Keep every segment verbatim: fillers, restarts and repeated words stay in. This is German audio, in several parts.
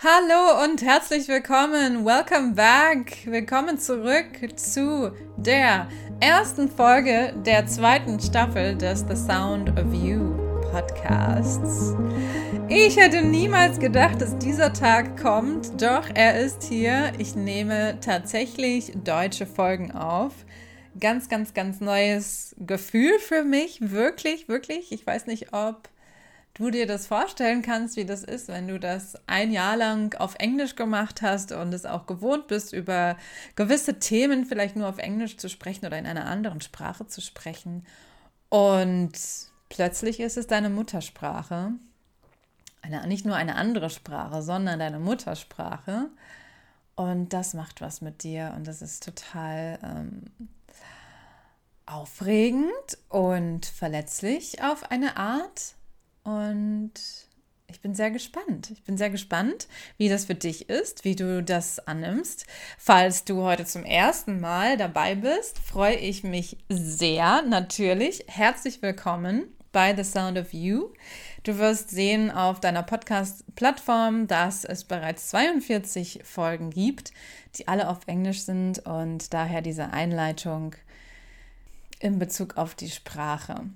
Hallo und herzlich willkommen, welcome back, willkommen zurück zu der ersten Folge der zweiten Staffel des The Sound of You Podcasts. Ich hätte niemals gedacht, dass dieser Tag kommt, doch er ist hier. Ich nehme tatsächlich deutsche Folgen auf. Ganz, ganz, ganz neues Gefühl für mich, wirklich, wirklich. Ich weiß nicht, ob du dir das vorstellen kannst, wie das ist, wenn du das ein Jahr lang auf Englisch gemacht hast und es auch gewohnt bist, über gewisse Themen vielleicht nur auf Englisch zu sprechen oder in einer anderen Sprache zu sprechen. Und plötzlich ist es deine Muttersprache. Eine, nicht nur eine andere Sprache, sondern deine Muttersprache. Und das macht was mit dir und das ist total ähm, aufregend und verletzlich auf eine Art. Und ich bin sehr gespannt. Ich bin sehr gespannt, wie das für dich ist, wie du das annimmst. Falls du heute zum ersten Mal dabei bist, freue ich mich sehr, natürlich. Herzlich willkommen bei The Sound of You. Du wirst sehen auf deiner Podcast-Plattform, dass es bereits zweiundvierzig Folgen gibt, die alle auf Englisch sind und daher diese Einleitung in Bezug auf die Sprache.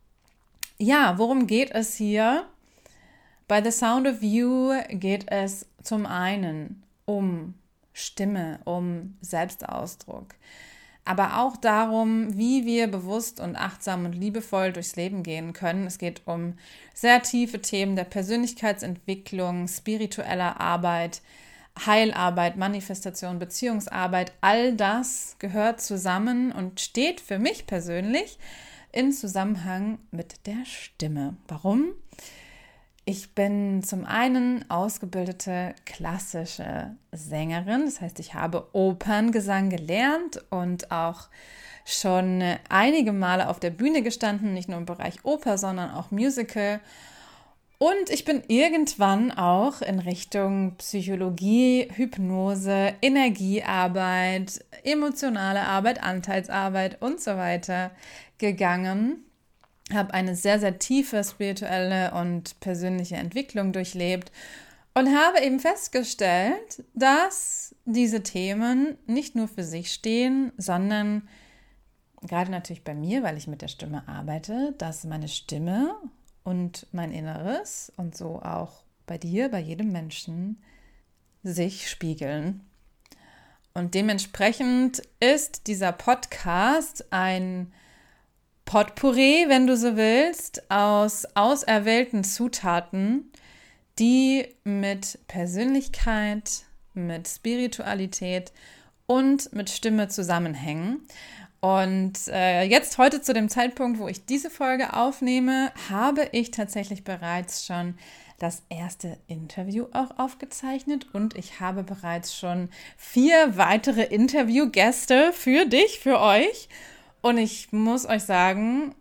Ja, worum geht es hier? Bei The Sound of You geht es zum einen um Stimme, um Selbstausdruck, aber auch darum, wie wir bewusst und achtsam und liebevoll durchs Leben gehen können. Es geht um sehr tiefe Themen der Persönlichkeitsentwicklung, spiritueller Arbeit, Heilarbeit, Manifestation, Beziehungsarbeit. All das gehört zusammen und steht für mich persönlich in Zusammenhang mit der Stimme. Warum? Ich bin zum einen ausgebildete klassische Sängerin, das heißt, ich habe Operngesang gelernt und auch schon einige Male auf der Bühne gestanden, nicht nur im Bereich Oper, sondern auch Musical. Und ich bin irgendwann auch in Richtung Psychologie, Hypnose, Energiearbeit, emotionale Arbeit, Anteilsarbeit und so weiter gegangen. Habe eine sehr, sehr tiefe spirituelle und persönliche Entwicklung durchlebt und habe eben festgestellt, dass diese Themen nicht nur für sich stehen, sondern gerade natürlich bei mir, weil ich mit der Stimme arbeite, dass meine Stimme und mein Inneres und so auch bei dir, bei jedem Menschen sich spiegeln. Und dementsprechend ist dieser Podcast ein Potpourri, wenn du so willst, aus auserwählten Zutaten, die mit Persönlichkeit, mit Spiritualität und mit Stimme zusammenhängen. Und äh, jetzt heute zu dem Zeitpunkt, wo ich diese Folge aufnehme, habe ich tatsächlich bereits schon das erste Interview auch aufgezeichnet und ich habe bereits schon vier weitere Interviewgäste für dich, für euch. Und ich muss euch sagen,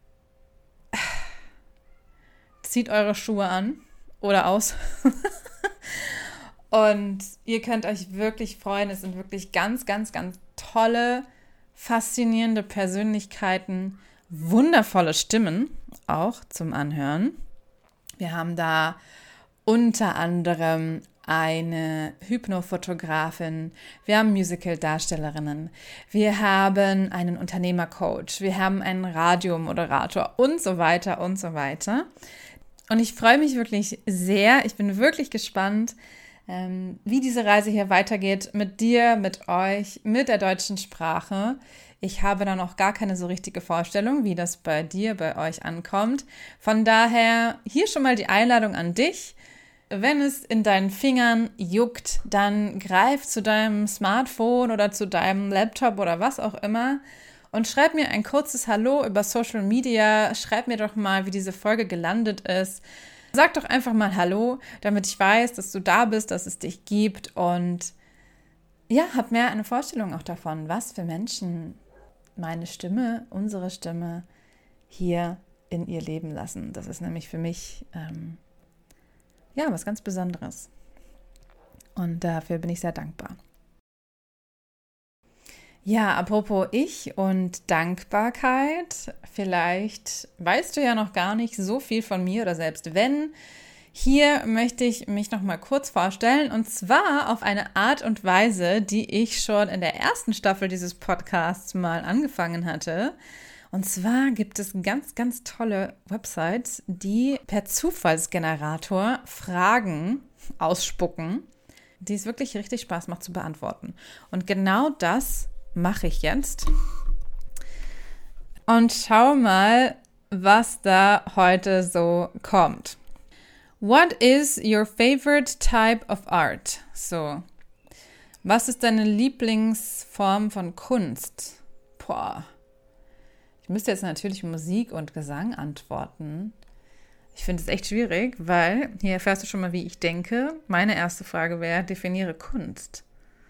zieht eure Schuhe an oder aus. Und ihr könnt euch wirklich freuen. Es sind wirklich ganz, ganz, ganz tolle, faszinierende Persönlichkeiten, wundervolle Stimmen auch zum Anhören. Wir haben da unter anderem eine Hypnofotografin, wir haben Musical-Darstellerinnen, wir haben einen Unternehmercoach, wir haben einen Radiomoderator und so weiter und so weiter. Und ich freue mich wirklich sehr, ich bin wirklich gespannt, ähm, wie diese Reise hier weitergeht mit dir, mit euch, mit der deutschen Sprache. Ich habe da noch gar keine so richtige Vorstellung, wie das bei dir, bei euch ankommt. Von daher hier schon mal die Einladung an dich. Wenn es in deinen Fingern juckt, dann greif zu deinem Smartphone oder zu deinem Laptop oder was auch immer und schreib mir ein kurzes Hallo über Social Media. Schreib mir doch mal, wie diese Folge gelandet ist. Sag doch einfach mal Hallo, damit ich weiß, dass du da bist, dass es dich gibt und ja, hab mehr eine Vorstellung auch davon, was für Menschen meine Stimme, unsere Stimme hier in ihr Leben lassen. Das ist nämlich für mich ähm, ja, was ganz Besonderes. Und dafür bin ich sehr dankbar. Ja, apropos Ich und Dankbarkeit. Vielleicht weißt du ja noch gar nicht so viel von mir oder selbst wenn, Hier möchte ich mich noch mal kurz vorstellen und zwar auf eine Art und Weise, die ich schon in der ersten Staffel dieses Podcasts mal angefangen hatte. Und zwar gibt es ganz, ganz tolle Websites, die per Zufallsgenerator Fragen ausspucken, die es wirklich richtig Spaß macht zu beantworten. Und genau das mache ich jetzt. Und schau mal, was da heute so kommt. What is your favorite type of art? So, was ist deine Lieblingsform von Kunst? Boah, ich müsste jetzt natürlich Musik und Gesang antworten. Ich finde es echt schwierig, weil hier erfährst du schon mal, wie ich denke. Meine erste Frage wäre, definiere Kunst.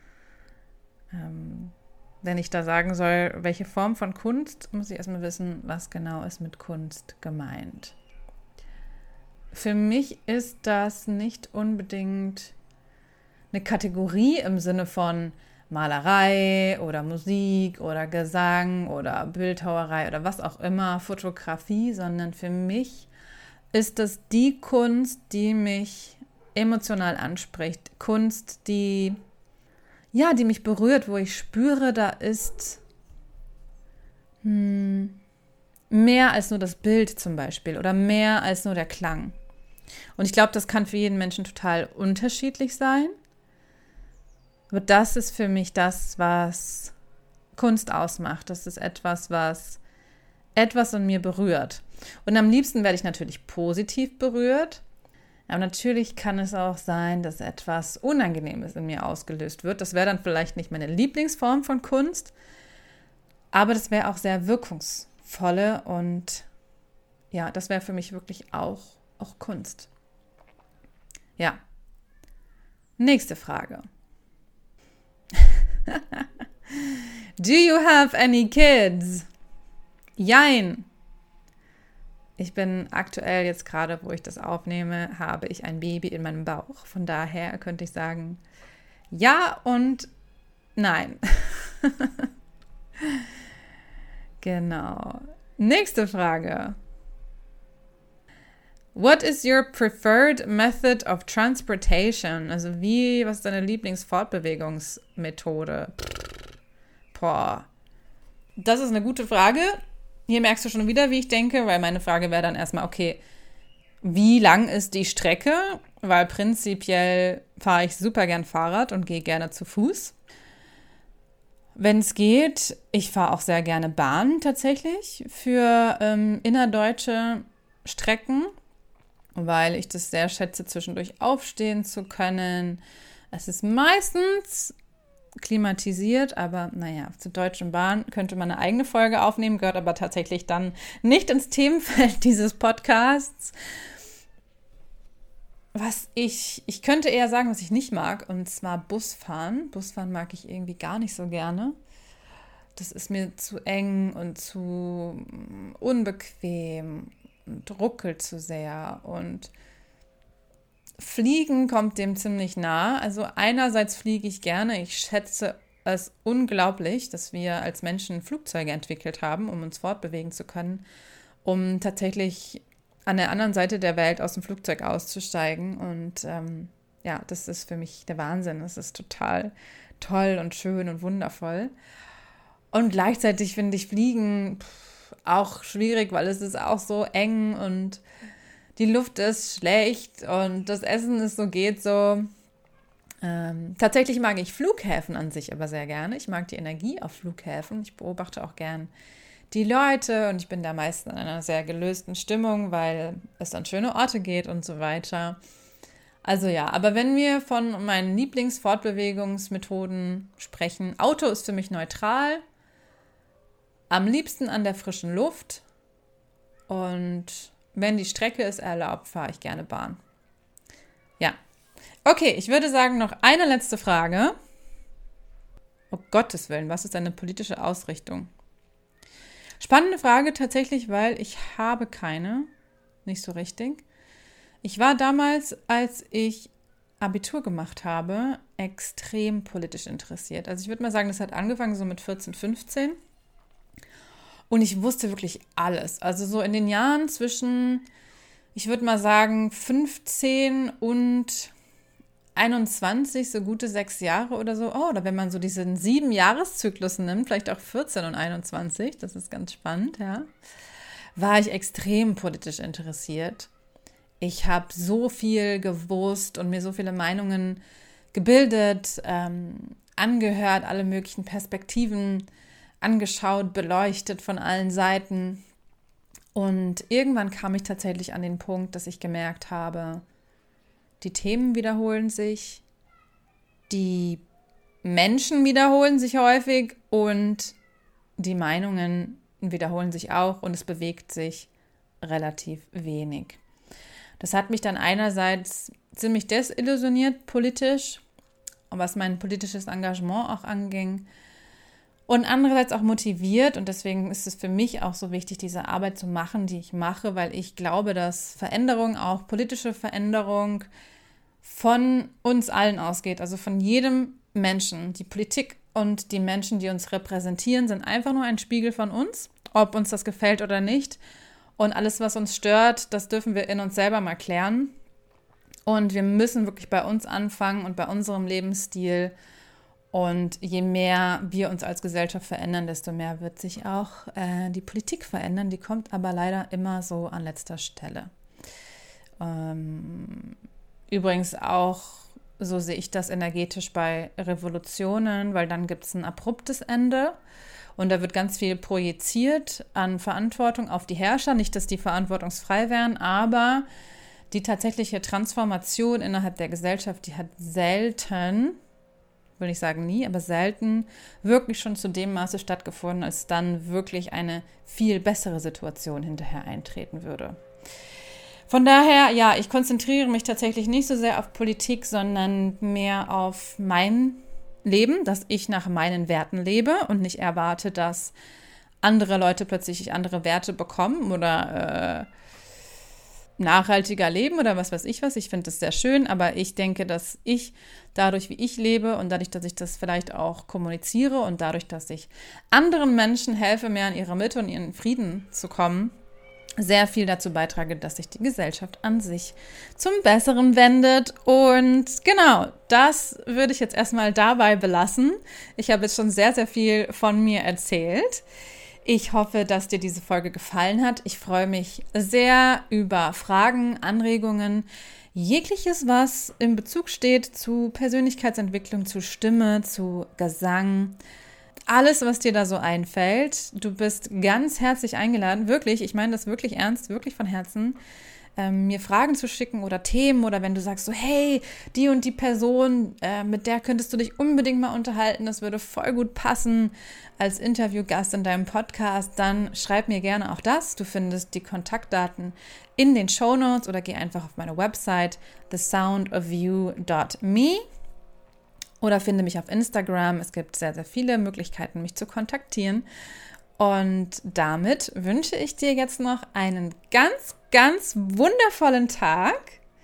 Ähm, wenn ich da sagen soll, welche Form von Kunst, muss ich erstmal wissen, was genau ist mit Kunst gemeint. Für mich ist das nicht unbedingt eine Kategorie im Sinne von Malerei oder Musik oder Gesang oder Bildhauerei oder was auch immer, Fotografie, sondern für mich ist das die Kunst, die mich emotional anspricht. Kunst, die, ja, die mich berührt, wo ich spüre, da ist hm, mehr als nur das Bild zum Beispiel oder mehr als nur der Klang. Und ich glaube, das kann für jeden Menschen total unterschiedlich sein. Aber das ist für mich das, was Kunst ausmacht. Das ist etwas, was etwas in mir berührt. Und am liebsten werde ich natürlich positiv berührt. Aber natürlich kann es auch sein, dass etwas Unangenehmes in mir ausgelöst wird. Das wäre dann vielleicht nicht meine Lieblingsform von Kunst, aber das wäre auch sehr wirkungsvolle und ja, das wäre für mich wirklich auch, auch Kunst. Ja. Nächste Frage. Do you have any kids? Jein. Ich bin aktuell jetzt gerade, wo ich das aufnehme, habe ich ein Baby in meinem Bauch. Von daher könnte ich sagen, ja und nein. Genau. Nächste Frage. What is your preferred method of transportation? Also wie, was ist deine Lieblingsfortbewegungsmethode? Boah. Das ist eine gute Frage. Hier merkst du schon wieder, wie ich denke, weil meine Frage wäre dann erstmal, okay, wie lang ist die Strecke? Weil prinzipiell fahre ich super gern Fahrrad und gehe gerne zu Fuß. Wenn es geht, ich fahre auch sehr gerne Bahn tatsächlich für ähm, innerdeutsche Strecken, weil ich das sehr schätze, zwischendurch aufstehen zu können. Es ist meistens klimatisiert, aber naja, zur Deutschen Bahn könnte man eine eigene Folge aufnehmen, gehört aber tatsächlich dann nicht ins Themenfeld dieses Podcasts. Was ich, ich könnte eher sagen, was ich nicht mag, und zwar Busfahren. Busfahren mag ich irgendwie gar nicht so gerne. Das ist mir zu eng und zu unbequem und ruckelt zu sehr und Fliegen kommt dem ziemlich nah. Also einerseits fliege ich gerne. Ich schätze es unglaublich, dass wir als Menschen Flugzeuge entwickelt haben, um uns fortbewegen zu können, um tatsächlich an der anderen Seite der Welt aus dem Flugzeug auszusteigen. Und ähm, ja, das ist für mich der Wahnsinn. Das ist total toll und schön und wundervoll. Und gleichzeitig finde ich Fliegen pff, auch schwierig, weil es ist auch so eng und die Luft ist schlecht und das Essen ist so geht so. Ähm, tatsächlich mag ich Flughäfen an sich aber sehr gerne. Ich mag die Energie auf Flughäfen. Ich beobachte auch gern die Leute und ich bin da meist in einer sehr gelösten Stimmung, weil es an schöne Orte geht und so weiter. Also ja, aber wenn wir von meinen Lieblingsfortbewegungsmethoden sprechen, Auto ist für mich neutral, am liebsten an der frischen Luft und wenn die Strecke es erlaubt, fahre ich gerne Bahn. Ja. Okay, ich würde sagen, noch eine letzte Frage. Oh Gottes Willen, was ist deine politische Ausrichtung? Spannende Frage tatsächlich, weil ich habe keine, nicht so richtig. Ich war damals, als ich Abitur gemacht habe, extrem politisch interessiert. Also ich würde mal sagen, das hat angefangen so mit vierzehn, fünfzehn. Und ich wusste wirklich alles. Also so in den Jahren zwischen ich würde mal sagen, fünfzehn und einundzwanzig, so gute sechs Jahre oder so. Oh, oder wenn man so diesen sieben Jahreszyklus nimmt, vielleicht auch vierzehn und einundzwanzig, das ist ganz spannend, ja, war ich extrem politisch interessiert. Ich habe so viel gewusst und mir so viele Meinungen gebildet, ähm, angehört, alle möglichen Perspektiven angeschaut, beleuchtet von allen Seiten. Und irgendwann kam ich tatsächlich an den Punkt, dass ich gemerkt habe, die Themen wiederholen sich, die Menschen wiederholen sich häufig und die Meinungen wiederholen sich auch und es bewegt sich relativ wenig. Das hat mich dann einerseits ziemlich desillusioniert politisch, was mein politisches Engagement auch anging, und andererseits auch motiviert, und deswegen ist es für mich auch so wichtig, diese Arbeit zu machen, die ich mache, weil ich glaube, dass Veränderung, auch politische Veränderung, von uns allen ausgeht, also von jedem Menschen. Die Politik und die Menschen, die uns repräsentieren, sind einfach nur ein Spiegel von uns, ob uns das gefällt oder nicht. Und alles, was uns stört, das dürfen wir in uns selber mal klären. Und wir müssen wirklich bei uns anfangen und bei unserem Lebensstil. Und je mehr wir uns als Gesellschaft verändern, desto mehr wird sich auch äh, die Politik verändern. Die kommt aber leider immer so an letzter Stelle. Ähm, übrigens auch, so sehe ich das energetisch bei Revolutionen, weil dann gibt es ein abruptes Ende. Und da wird ganz viel projiziert an Verantwortung auf die Herrscher. Nicht, dass die verantwortungsfrei wären, aber die tatsächliche Transformation innerhalb der Gesellschaft, die hat selten, will nicht sagen nie, aber selten wirklich schon zu dem Maße stattgefunden, als dann wirklich eine viel bessere Situation hinterher eintreten würde. Von daher, ja, ich konzentriere mich tatsächlich nicht so sehr auf Politik, sondern mehr auf mein Leben, dass ich nach meinen Werten lebe und nicht erwarte, dass andere Leute plötzlich andere Werte bekommen oder äh, nachhaltiger leben oder was weiß ich was. Ich finde das sehr schön, aber ich denke, dass ich dadurch, wie ich lebe und dadurch, dass ich das vielleicht auch kommuniziere und dadurch, dass ich anderen Menschen helfe, mehr in ihre Mitte und ihren Frieden zu kommen, sehr viel dazu beitrage, dass sich die Gesellschaft an sich zum Besseren wendet. Und genau, das würde ich jetzt erstmal dabei belassen. Ich habe jetzt schon sehr, sehr viel von mir erzählt. Ich hoffe, dass dir diese Folge gefallen hat. Ich freue mich sehr über Fragen, Anregungen, jegliches, was in Bezug steht zu Persönlichkeitsentwicklung, zu Stimme, zu Gesang. Alles, was dir da so einfällt. Du bist ganz herzlich eingeladen, wirklich, ich meine das wirklich ernst, wirklich von Herzen, ähm, mir Fragen zu schicken oder Themen oder wenn du sagst so, hey, die und die Person, äh, mit der könntest du dich unbedingt mal unterhalten, das würde voll gut passen als Interviewgast in deinem Podcast, dann schreib mir gerne auch das. Du findest die Kontaktdaten in den Shownotes oder geh einfach auf meine Website the sound of you dot me. Oder finde mich auf Instagram. Es gibt sehr, sehr viele Möglichkeiten, mich zu kontaktieren. Und damit wünsche ich dir jetzt noch einen ganz, ganz wundervollen Tag.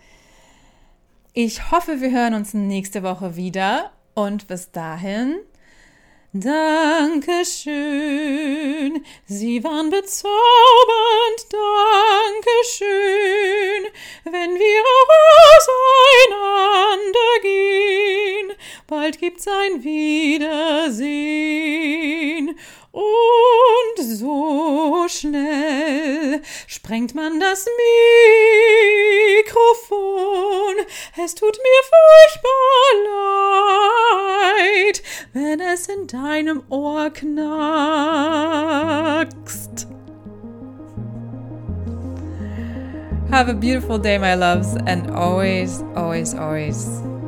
Ich hoffe, wir hören uns nächste Woche wieder. Und bis dahin, Dankeschön. Sie waren bezaubernd. Dankeschön. Wenn wir auseinander gehen, bald gibt's ein Wiedersehen. Und so schnell sprengt man das Mikrofon. Es tut mir furchtbar leid, wenn es in deinem Ohr knackst. Have a beautiful day, my loves, and always, always, always